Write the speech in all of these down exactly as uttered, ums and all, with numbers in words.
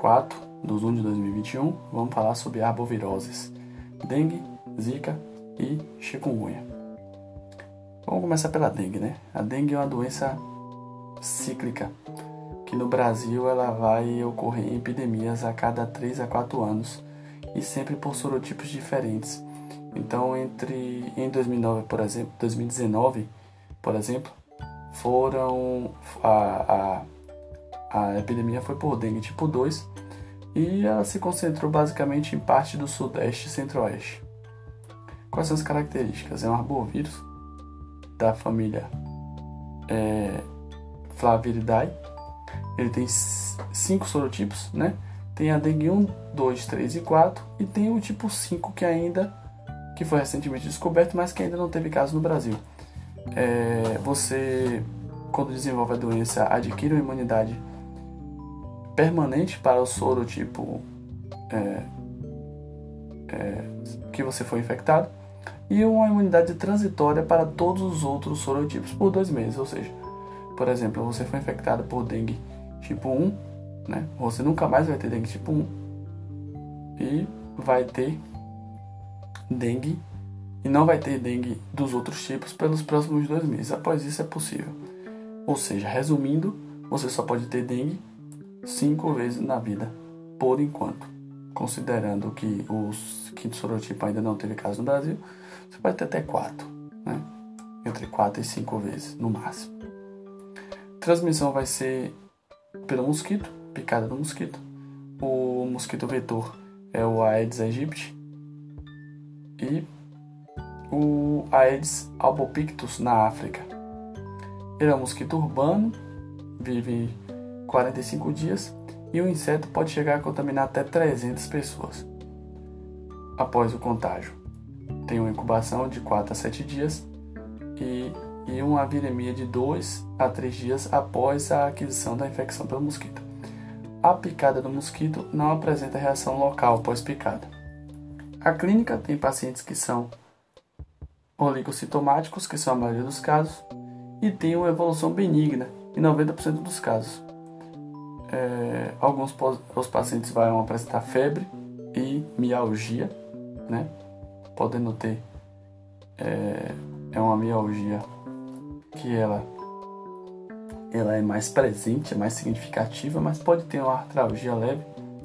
quatro de junho de dois mil e vinte e um, vamos falar sobre arboviroses, dengue, zika e chikungunya. Vamos começar pela dengue, né? A dengue é uma doença cíclica, que no Brasil ela vai ocorrer em epidemias a cada três a quatro anos e sempre por sorotipos diferentes. Então, entre em dois mil e nove, por exemplo, dois mil e dezenove, por exemplo, foram a, a, a epidemia foi por dengue tipo dois e ela se concentrou basicamente em parte do sudeste e centro-oeste. Quais são as características? É um arbovírus da família é, Flaviridae. Ele tem cinco sorotipos, né? Tem a dengue um, dois, três e quatro e tem o tipo cinco que ainda que foi recentemente descoberto, mas que ainda não teve caso no Brasil. É, você, quando desenvolve a doença, adquire uma imunidade permanente para o sorotipo é, é, que você foi infectado e uma imunidade transitória para todos os outros sorotipos por dois meses. Ou seja, por exemplo, você foi infectado por dengue tipo um, né? Você nunca mais vai ter dengue tipo um e vai ter dengue e não vai ter dengue dos outros tipos pelos próximos dois meses. Após isso é possível. Ou seja, resumindo, você só pode ter dengue cinco vezes na vida, por enquanto. Considerando que o quinto sorotipo ainda não teve caso no Brasil, você pode ter até quatro, né? Entre quatro e cinco vezes, no máximo. Transmissão vai ser pelo mosquito, picada do mosquito. O mosquito vetor é o Aedes aegypti e o Aedes albopictus na África. Ele é um mosquito urbano, vive quarenta e cinco dias e o inseto pode chegar a contaminar até trezentas pessoas. Após o contágio, tem uma incubação de quatro a sete dias e, e uma viremia de dois a três dias após a aquisição da infecção pelo mosquito. A picada do mosquito não apresenta reação local pós-picada. A clínica tem pacientes que são oligosintomáticos, que são a maioria dos casos, e tem uma evolução benigna em noventa por cento dos casos. É, alguns os pacientes vão apresentar febre e mialgia, né? Podendo ter é, é uma mialgia que ela, ela é mais presente, é mais significativa, mas pode ter uma artralgia leve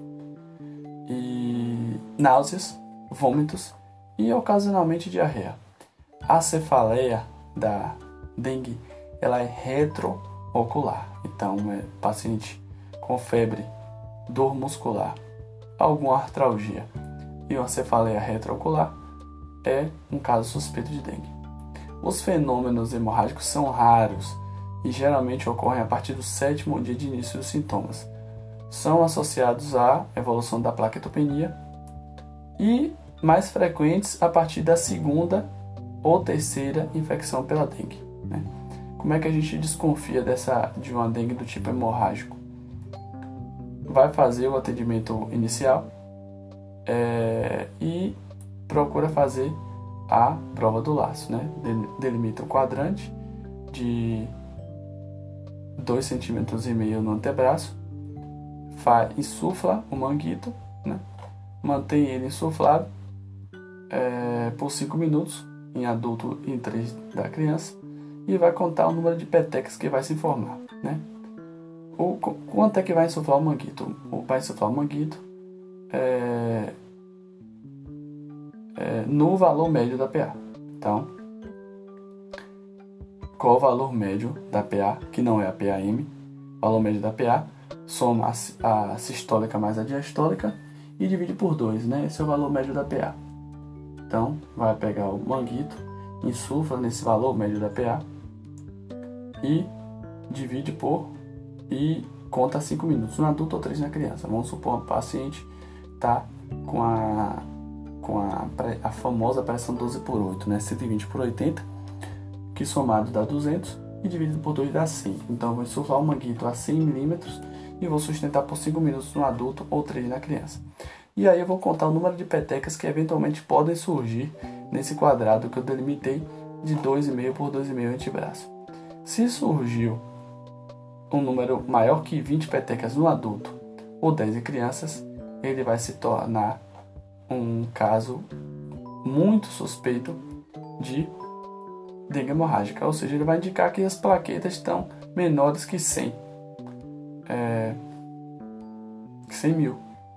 e náuseas, vômitos e ocasionalmente diarreia. A cefaleia da dengue ela é retroocular, então é paciente com febre, dor muscular, alguma artralgia e uma cefaleia retroocular é um caso suspeito de dengue. Os fenômenos hemorrágicos são raros e geralmente ocorrem a partir do sétimo dia de início dos sintomas. São associados à evolução da plaquetopenia e mais frequentes a partir da segunda ou terceira infecção pela dengue, né? Como é que a gente desconfia dessa, de uma dengue do tipo hemorrágico? Vai fazer o atendimento inicial é, e procura fazer a prova do laço, né? Delimita um quadrante de dois centímetros e meio no antebraço, faz, insufla o manguito, né? Mantém ele insuflado é, por cinco minutos em adulto e em três da criança e vai contar o número de petecas que vai se formar, né? O, quanto é que vai insuflar o manguito? Vai insuflar o manguito é, é, no valor médio da P A. Então, qual o valor médio da P A, que não é a P A M? Valor médio da P A, soma a, a sistólica mais a diastólica e divide por dois, né? Esse é o valor médio da P A. Então, vai pegar o manguito, insufla nesse valor médio da P A e divide por e conta cinco minutos no adulto ou três na criança. Vamos supor que o paciente está com a com a, a famosa pressão doze por oito, né? cento e vinte por oitenta, que somado dá duzentos e dividido por dois dá cem. Então, eu vou insuflar o manguito a cem milímetros e vou sustentar por cinco minutos no adulto ou três na criança. E aí eu vou contar o número de petecas que eventualmente podem surgir nesse quadrado que eu delimitei de dois vírgula cinco por dois vírgula cinco antebraço. Se surgiu um número maior que vinte petecas no adulto ou dez em crianças, ele vai se tornar um caso muito suspeito de dengue hemorrágica, ou seja, ele vai indicar que as plaquetas estão menores que cem, é, cem mil.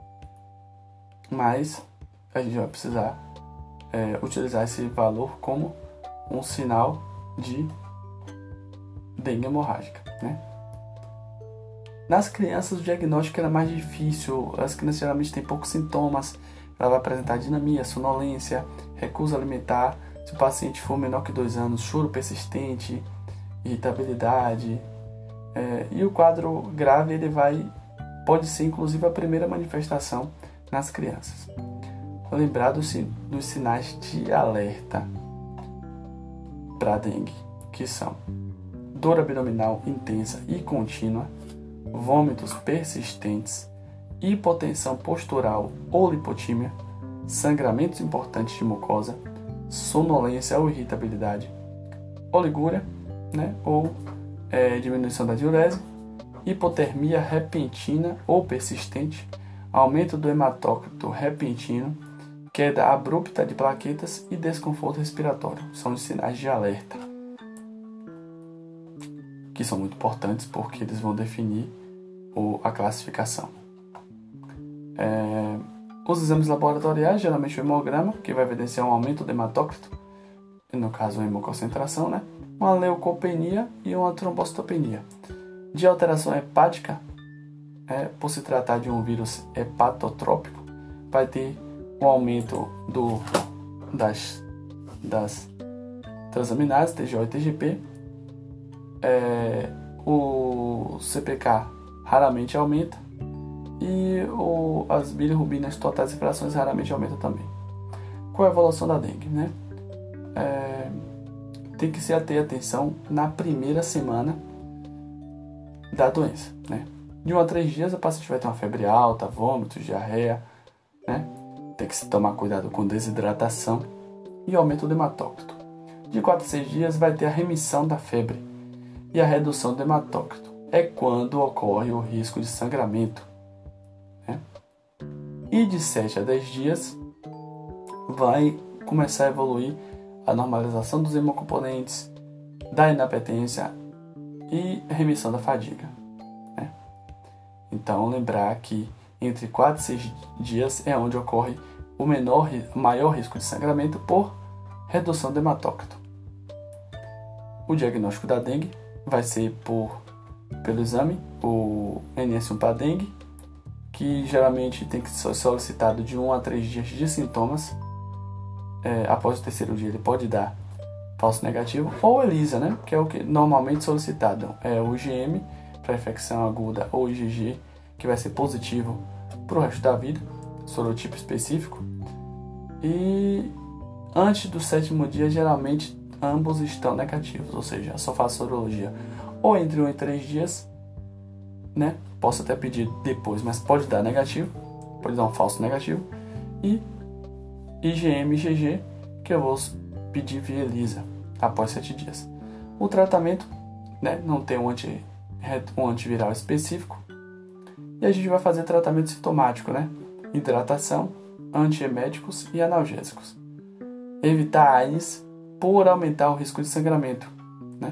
Mas a gente vai precisar é, utilizar esse valor como um sinal de dengue hemorrágica, né? Nas crianças o diagnóstico era mais difícil. As crianças geralmente têm poucos sintomas. Ela vai apresentar dinamia, sonolência, recusa alimentar. Se o paciente for menor que dois anos, choro persistente, irritabilidade. É, e o quadro grave ele vai, pode ser inclusive a primeira manifestação nas crianças. Lembrar dos, dos sinais de alerta para dengue, que são dor abdominal intensa e contínua, vômitos persistentes, hipotensão postural ou lipotímia, sangramentos importantes de mucosa, sonolência ou irritabilidade, oligúria, né, ou é, diminuição da diurese, hipotermia repentina ou persistente, aumento do hematócrito repentino, queda abrupta de plaquetas e desconforto respiratório. São os sinais de alerta, que são muito importantes porque eles vão definir o, a classificação. É, os exames laboratoriais, geralmente o hemograma, que vai evidenciar um aumento do hematócrito, no caso a hemoconcentração, né? Uma leucopenia e uma trombocitopenia. De alteração hepática, é, por se tratar de um vírus hepatotrópico, vai ter um aumento do, das, das transaminases, T G O e T G P. É, o C P K raramente aumenta e o, as bilirrubinas totais e frações raramente aumentam também. Qual é a evolução da dengue, né? É, tem que se ter atenção na primeira semana da doença, né? De um a três dias o paciente vai ter uma febre alta, vômitos, diarreia, né? Tem que se tomar cuidado com desidratação e aumento do hematócrito. De quatro a seis dias vai ter a remissão da febre e a redução do hematócrito. É quando ocorre o risco de sangramento, né? E de sete a dez dias vai começar a evoluir a normalização dos hemocomponentes, da inapetência e remissão da fadiga, né? Então lembrar que entre quatro e seis dias é onde ocorre o menor, maior risco de sangramento por redução do hematócrito. O diagnóstico da dengue vai ser por, pelo exame, o N S um para dengue, que geralmente tem que ser solicitado de um a três dias de sintomas. É, após o terceiro dia ele pode dar falso negativo, ou ELISA, né, que é o que normalmente solicitado. É o I G M para infecção aguda ou I G G, que vai ser positivo para o resto da vida, sorotipo específico. E antes do sétimo dia, geralmente ambos estão negativos, ou seja, só faz sorologia ou entre um e três dias, né? Posso até pedir depois, mas pode dar negativo, pode dar um falso negativo. E I G M e I G G, que eu vou pedir via ELISA após sete dias. O tratamento, né, não tem um, anti, um antiviral específico. E a gente vai fazer tratamento sintomático, né? Hidratação, antieméticos e analgésicos. Evitar A I Ns por aumentar o risco de sangramento, né?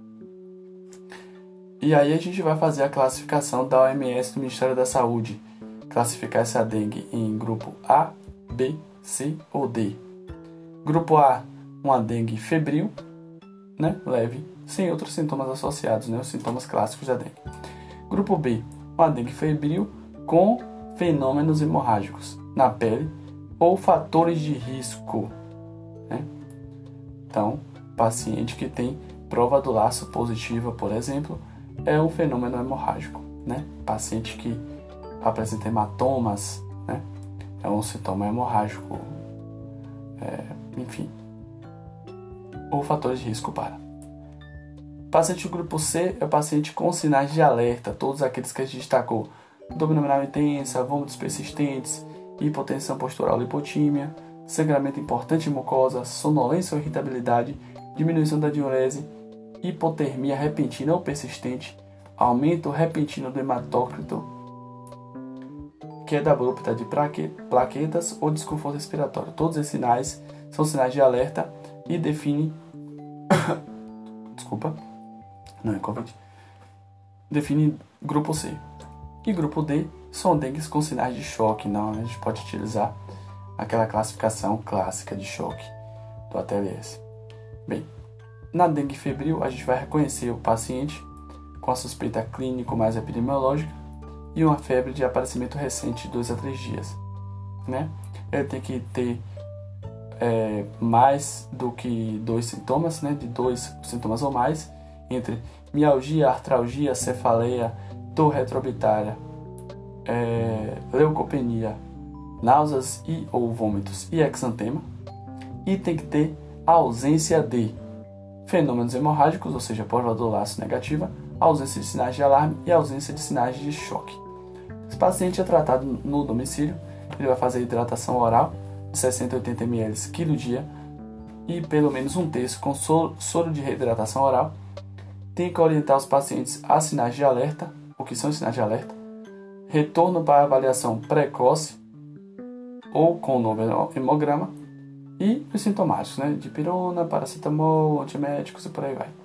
E aí a gente vai fazer a classificação da O M S do Ministério da Saúde. Classificar essa dengue em grupo A, B, C ou D. Grupo A, uma dengue febril, né? Leve, sem outros sintomas associados, né? Os sintomas clássicos da dengue. Grupo B, uma dengue febril com fenômenos hemorrágicos na pele ou fatores de risco, né? Então, paciente que tem prova do laço positiva, por exemplo, é um fenômeno hemorrágico, né? Paciente que apresenta hematomas, né? É um sintoma hemorrágico, é, enfim, ou fatores de risco para. Paciente grupo C é o paciente com sinais de alerta, todos aqueles que a gente destacou: dor abdominal intensa, vômitos persistentes, hipotensão postural, lipotímia, sangramento importante de mucosa, sonolência ou irritabilidade, diminuição da diurese, hipotermia repentina ou persistente, aumento repentino do hematócrito, queda abrupta de plaquetas ou desconforto respiratório. Todos esses sinais são sinais de alerta e definem desculpa, não é Covid, define grupo C. E grupo D são dengues com sinais de choque. Não, a gente pode utilizar aquela classificação clássica de choque do A T L S. Bem, na dengue febril a gente vai reconhecer o paciente com a suspeita clínico mais epidemiológica e uma febre de aparecimento recente de dois a três dias. Né? Ele tem que ter é, mais do que dois sintomas, né? de dois sintomas ou mais, entre mialgia, artralgia, cefaleia, dor retroorbitária, é, leucopenia, náuseas e ou vômitos e exantema. E tem que ter a ausência de fenômenos hemorrágicos, ou seja, pós-valvular laço negativa, ausência de sinais de alarme e ausência de sinais de choque. Esse paciente é tratado no domicílio. Ele vai fazer hidratação oral de sessenta a oitenta mililitros quilo dia e pelo menos um terço com soro, soro de reidratação oral. Tem que orientar os pacientes a sinais de alerta. O que são sinais de alerta? Retorno para avaliação precoce ou com novo hemograma e os sintomáticos, né? Dipirona, paracetamol, antiméticos e por aí vai.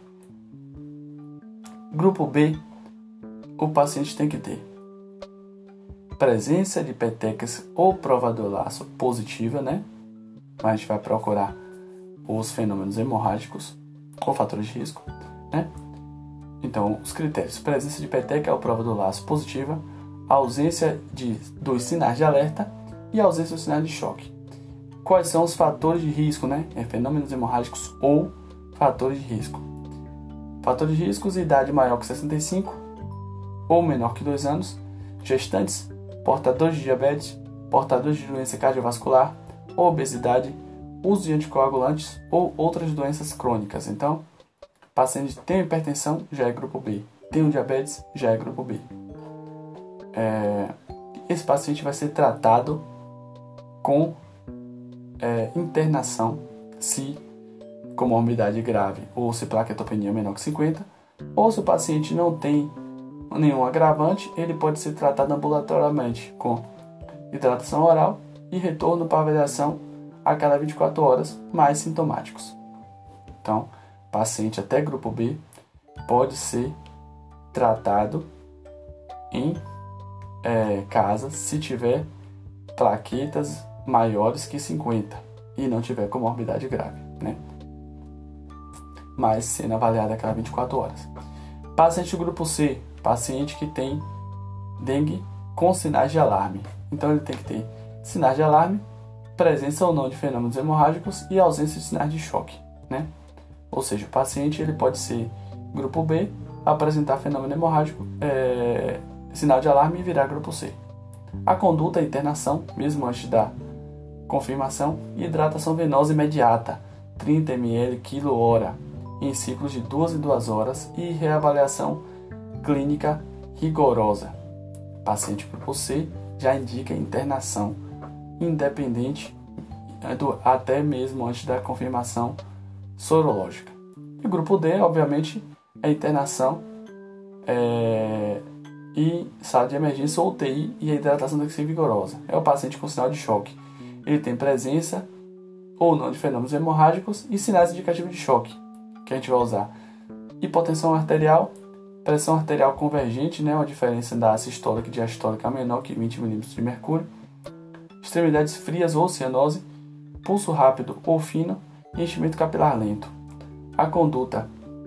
Grupo B, o paciente tem que ter presença de petecas ou prova do laço positiva, né? Mas a gente vai procurar os fenômenos hemorrágicos ou fatores de risco, né? Então, os critérios: presença de peteca ou prova do laço positiva, ausência de dos sinais de alerta e ausência dos sinais de choque. Quais são os fatores de risco, né? É fenômenos hemorrágicos ou fatores de risco. Fatores de riscos: idade maior que sessenta e cinco ou menor que dois anos, gestantes, portadores de diabetes, portadores de doença cardiovascular, obesidade, uso de anticoagulantes ou outras doenças crônicas. Então, paciente tem hipertensão, já é grupo B. Tem um diabetes, já é grupo B. É, esse paciente vai ser tratado com é, internação se comorbidade grave ou se plaquetopenia menor que cinquenta, ou se o paciente não tem nenhum agravante, ele pode ser tratado ambulatorialmente com hidratação oral e retorno para avaliação a cada vinte e quatro horas, mais sintomáticos. Então, paciente até grupo B pode ser tratado em é, casa se tiver plaquetas maiores que cinquenta e não tiver comorbidade grave, né? Mas sendo avaliado a cada vinte e quatro horas. Paciente grupo C, paciente que tem dengue com sinais de alarme. Então ele tem que ter sinais de alarme, presença ou não de fenômenos hemorrágicos e ausência de sinais de choque, né? Ou seja, o paciente ele pode ser grupo B, apresentar fenômeno hemorrágico, é, sinal de alarme e virar grupo C. A conduta é internação, mesmo antes da confirmação, e hidratação venosa imediata, trinta mililitros quilo hora, em ciclos de duas em duas horas, e reavaliação clínica rigorosa. Paciente grupo C já indica internação, independente do, até mesmo antes da confirmação sorológica. E o grupo D, obviamente, é internação é, e sala de emergência ou U T I e a hidratação tem que ser vigorosa. É o paciente com sinal de choque. Ele tem presença ou não de fenômenos hemorrágicos e sinais indicativos de choque, que a gente vai usar hipotensão arterial, pressão arterial convergente, né, uma diferença da sistólica e diastólica menor que vinte milímetros de mercúrio, extremidades frias ou cianose, pulso rápido ou fino e enchimento capilar lento. A conduta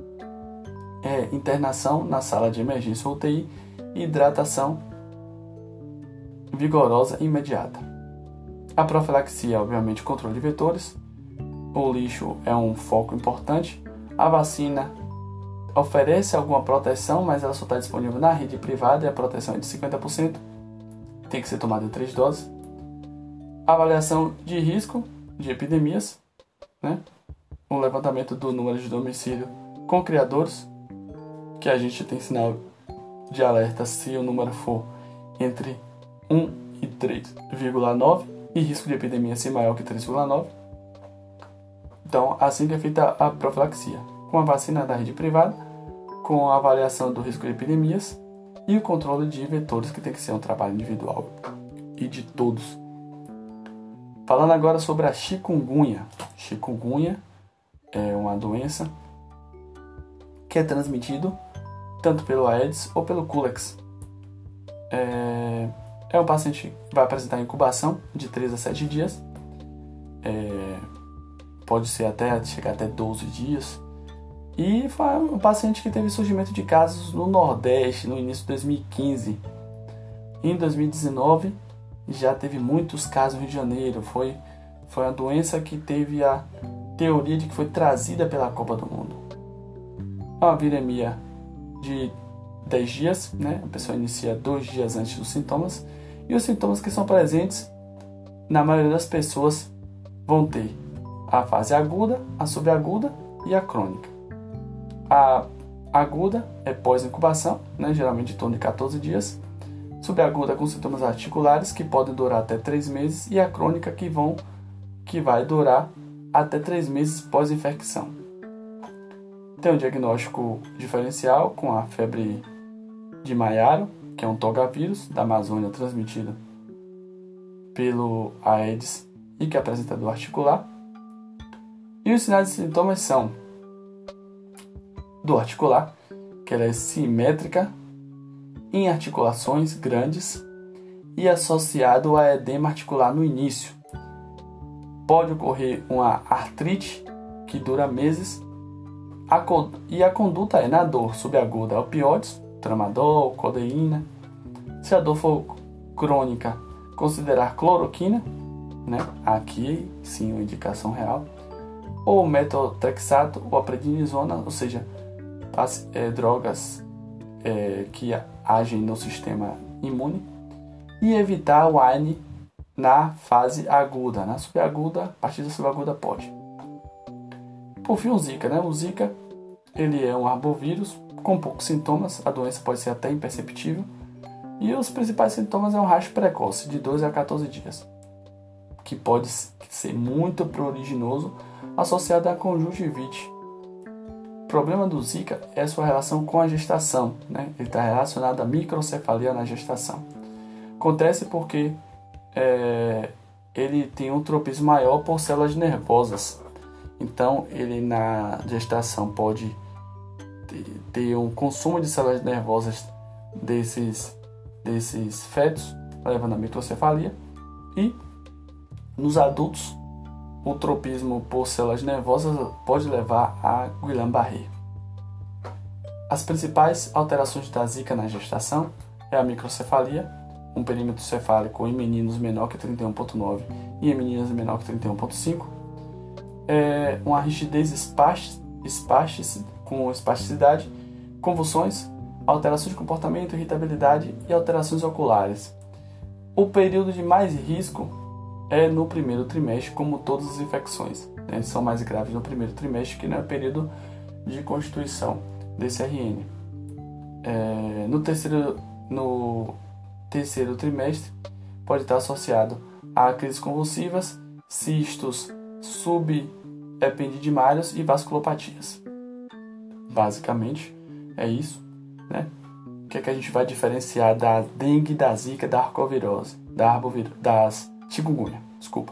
é internação na sala de emergência ou U T I e hidratação vigorosa e imediata. A profilaxia, obviamente, controle de vetores. O lixo é um foco importante. A vacina oferece alguma proteção, mas ela só está disponível na rede privada e a proteção é de cinquenta por cento. Tem que ser tomada em três doses. Avaliação de risco de epidemias, né? O levantamento do número de domicílio com criadores, que a gente tem sinal de alerta se o número for entre um e três vírgula nove e risco de epidemia ser maior que três vírgula nove. Então, assim que é feita a profilaxia, com a vacina da rede privada, com a avaliação do risco de epidemias e o controle de vetores, que tem que ser um trabalho individual e de todos. Falando agora sobre a chikungunya. Chikungunya é uma doença que é transmitido tanto pelo Aedes ou pelo Culex. É, é um paciente que vai apresentar incubação de três a sete dias. É, pode ser até chegar até doze dias. E foi um paciente que teve surgimento de casos no Nordeste no início de dois mil e quinze. Em dois mil e dezenove já teve muitos casos no Rio de Janeiro. Foi, foi uma doença que teve a teoria de que foi trazida pela Copa do Mundo. É uma viremia de dez dias, né? A pessoa inicia dois dias antes dos sintomas. E os sintomas que são presentes, na maioria das pessoas, vão ter a fase aguda, a subaguda e a crônica. A aguda é pós-incubação, né? Geralmente em torno de quatorze dias. Subaguda com sintomas articulares que podem durar até três meses e a crônica que, vão, que vai durar até três meses pós-infecção. Tem um diagnóstico diferencial com a febre de Maiaro, que é um togavírus da Amazônia transmitido pelo Aedes e que apresenta dor articular. E os sinais e sintomas são dor articular, que ela é simétrica em articulações grandes e associado a edema articular no início. Pode ocorrer uma artrite que dura meses a co- e a conduta é na dor subaguda opioides, tramadol, codeína. Se a dor for crônica, considerar cloroquina, né? Aqui sim uma indicação real, ou metotrexato ou a prednisona, ou seja, as, é, drogas é, que agem no sistema imune, e evitar o A N na fase aguda. Na subaguda, a partir da subaguda pode. Por fim, o Zika, né? O Zika ele é um arbovírus com poucos sintomas, a doença pode ser até imperceptível, e os principais sintomas é um rastro precoce, de doze a quatorze dias, que pode ser muito pruriginoso, associado à conjuntivite. O problema do Zika é a sua relação com a gestação, né? Ele está relacionado à microcefalia na gestação. Acontece porque é, ele tem um tropismo maior por células nervosas. Então, ele na gestação pode ter, ter um consumo de células nervosas desses, desses fetos, levando à microcefalia. E nos adultos, o tropismo por células nervosas pode levar a Guillain-Barré. As principais alterações da Zika na gestação é a microcefalia, um perímetro cefálico em meninos menor que trinta e um vírgula nove e em meninas menor que trinta e um vírgula cinco, é uma rigidez espástica, com espasticidade, convulsões, alterações de comportamento, irritabilidade e alterações oculares. O período de mais risco é no primeiro trimestre, como todas as infecções, né? São mais graves no primeiro trimestre, que não é o período de constituição desse R N. É, no, terceiro, no terceiro trimestre pode estar associado a crises convulsivas, cistos subepididymários e vasculopatias. Basicamente é isso, né? O que é que a gente vai diferenciar da dengue, da zika, da arbovirose, da arbovirose, das chikungunya, desculpa.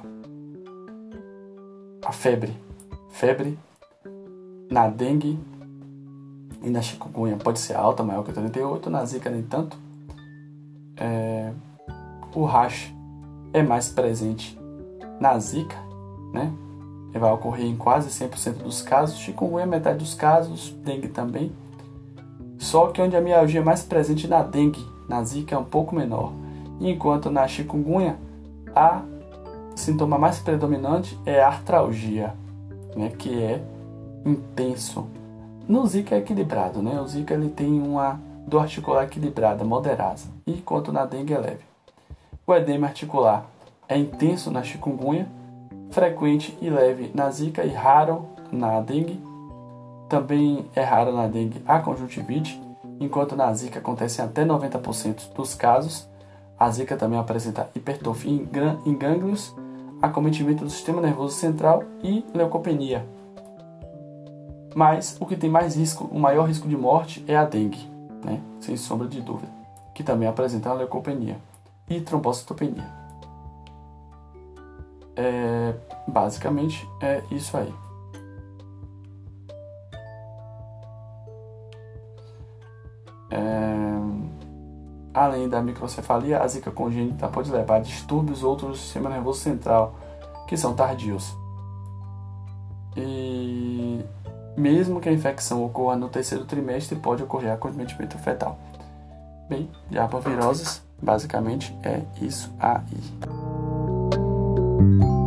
A febre. Febre na dengue e na chikungunya pode ser alta, maior que trinta e oito, na zika nem tanto. É, o rash é mais presente na zika, né? Ele vai ocorrer em quase cem por cento dos casos, chikungunya metade dos casos, dengue também. Só que onde a mialgia é mais presente na dengue, na zika é um pouco menor. Enquanto na chikungunya, a sintoma mais predominante é a artralgia, né, que é intenso. No Zika é equilibrado, né? O Zika ele tem uma dor articular equilibrada, moderada, enquanto na dengue é leve. O edema articular é intenso na chikungunya, frequente e leve na Zika e raro na dengue. Também é raro na dengue a conjuntivite, enquanto na Zika acontece em até noventa por cento dos casos. A Zika também apresenta hipertrofia em gânglios, acometimento do sistema nervoso central e leucopenia. Mas o que tem mais risco, o maior risco de morte é a dengue, né? Sem sombra de dúvida, que também apresenta a leucopenia. e trombocitopenia. É, basicamente é isso aí. É, além da microcefalia, a zika congênita pode levar a distúrbios outros do sistema nervoso central, que são tardios. E mesmo que a infecção ocorra no terceiro trimestre, pode ocorrer acometimento fetal. Bem, de arboviroses, basicamente é isso aí.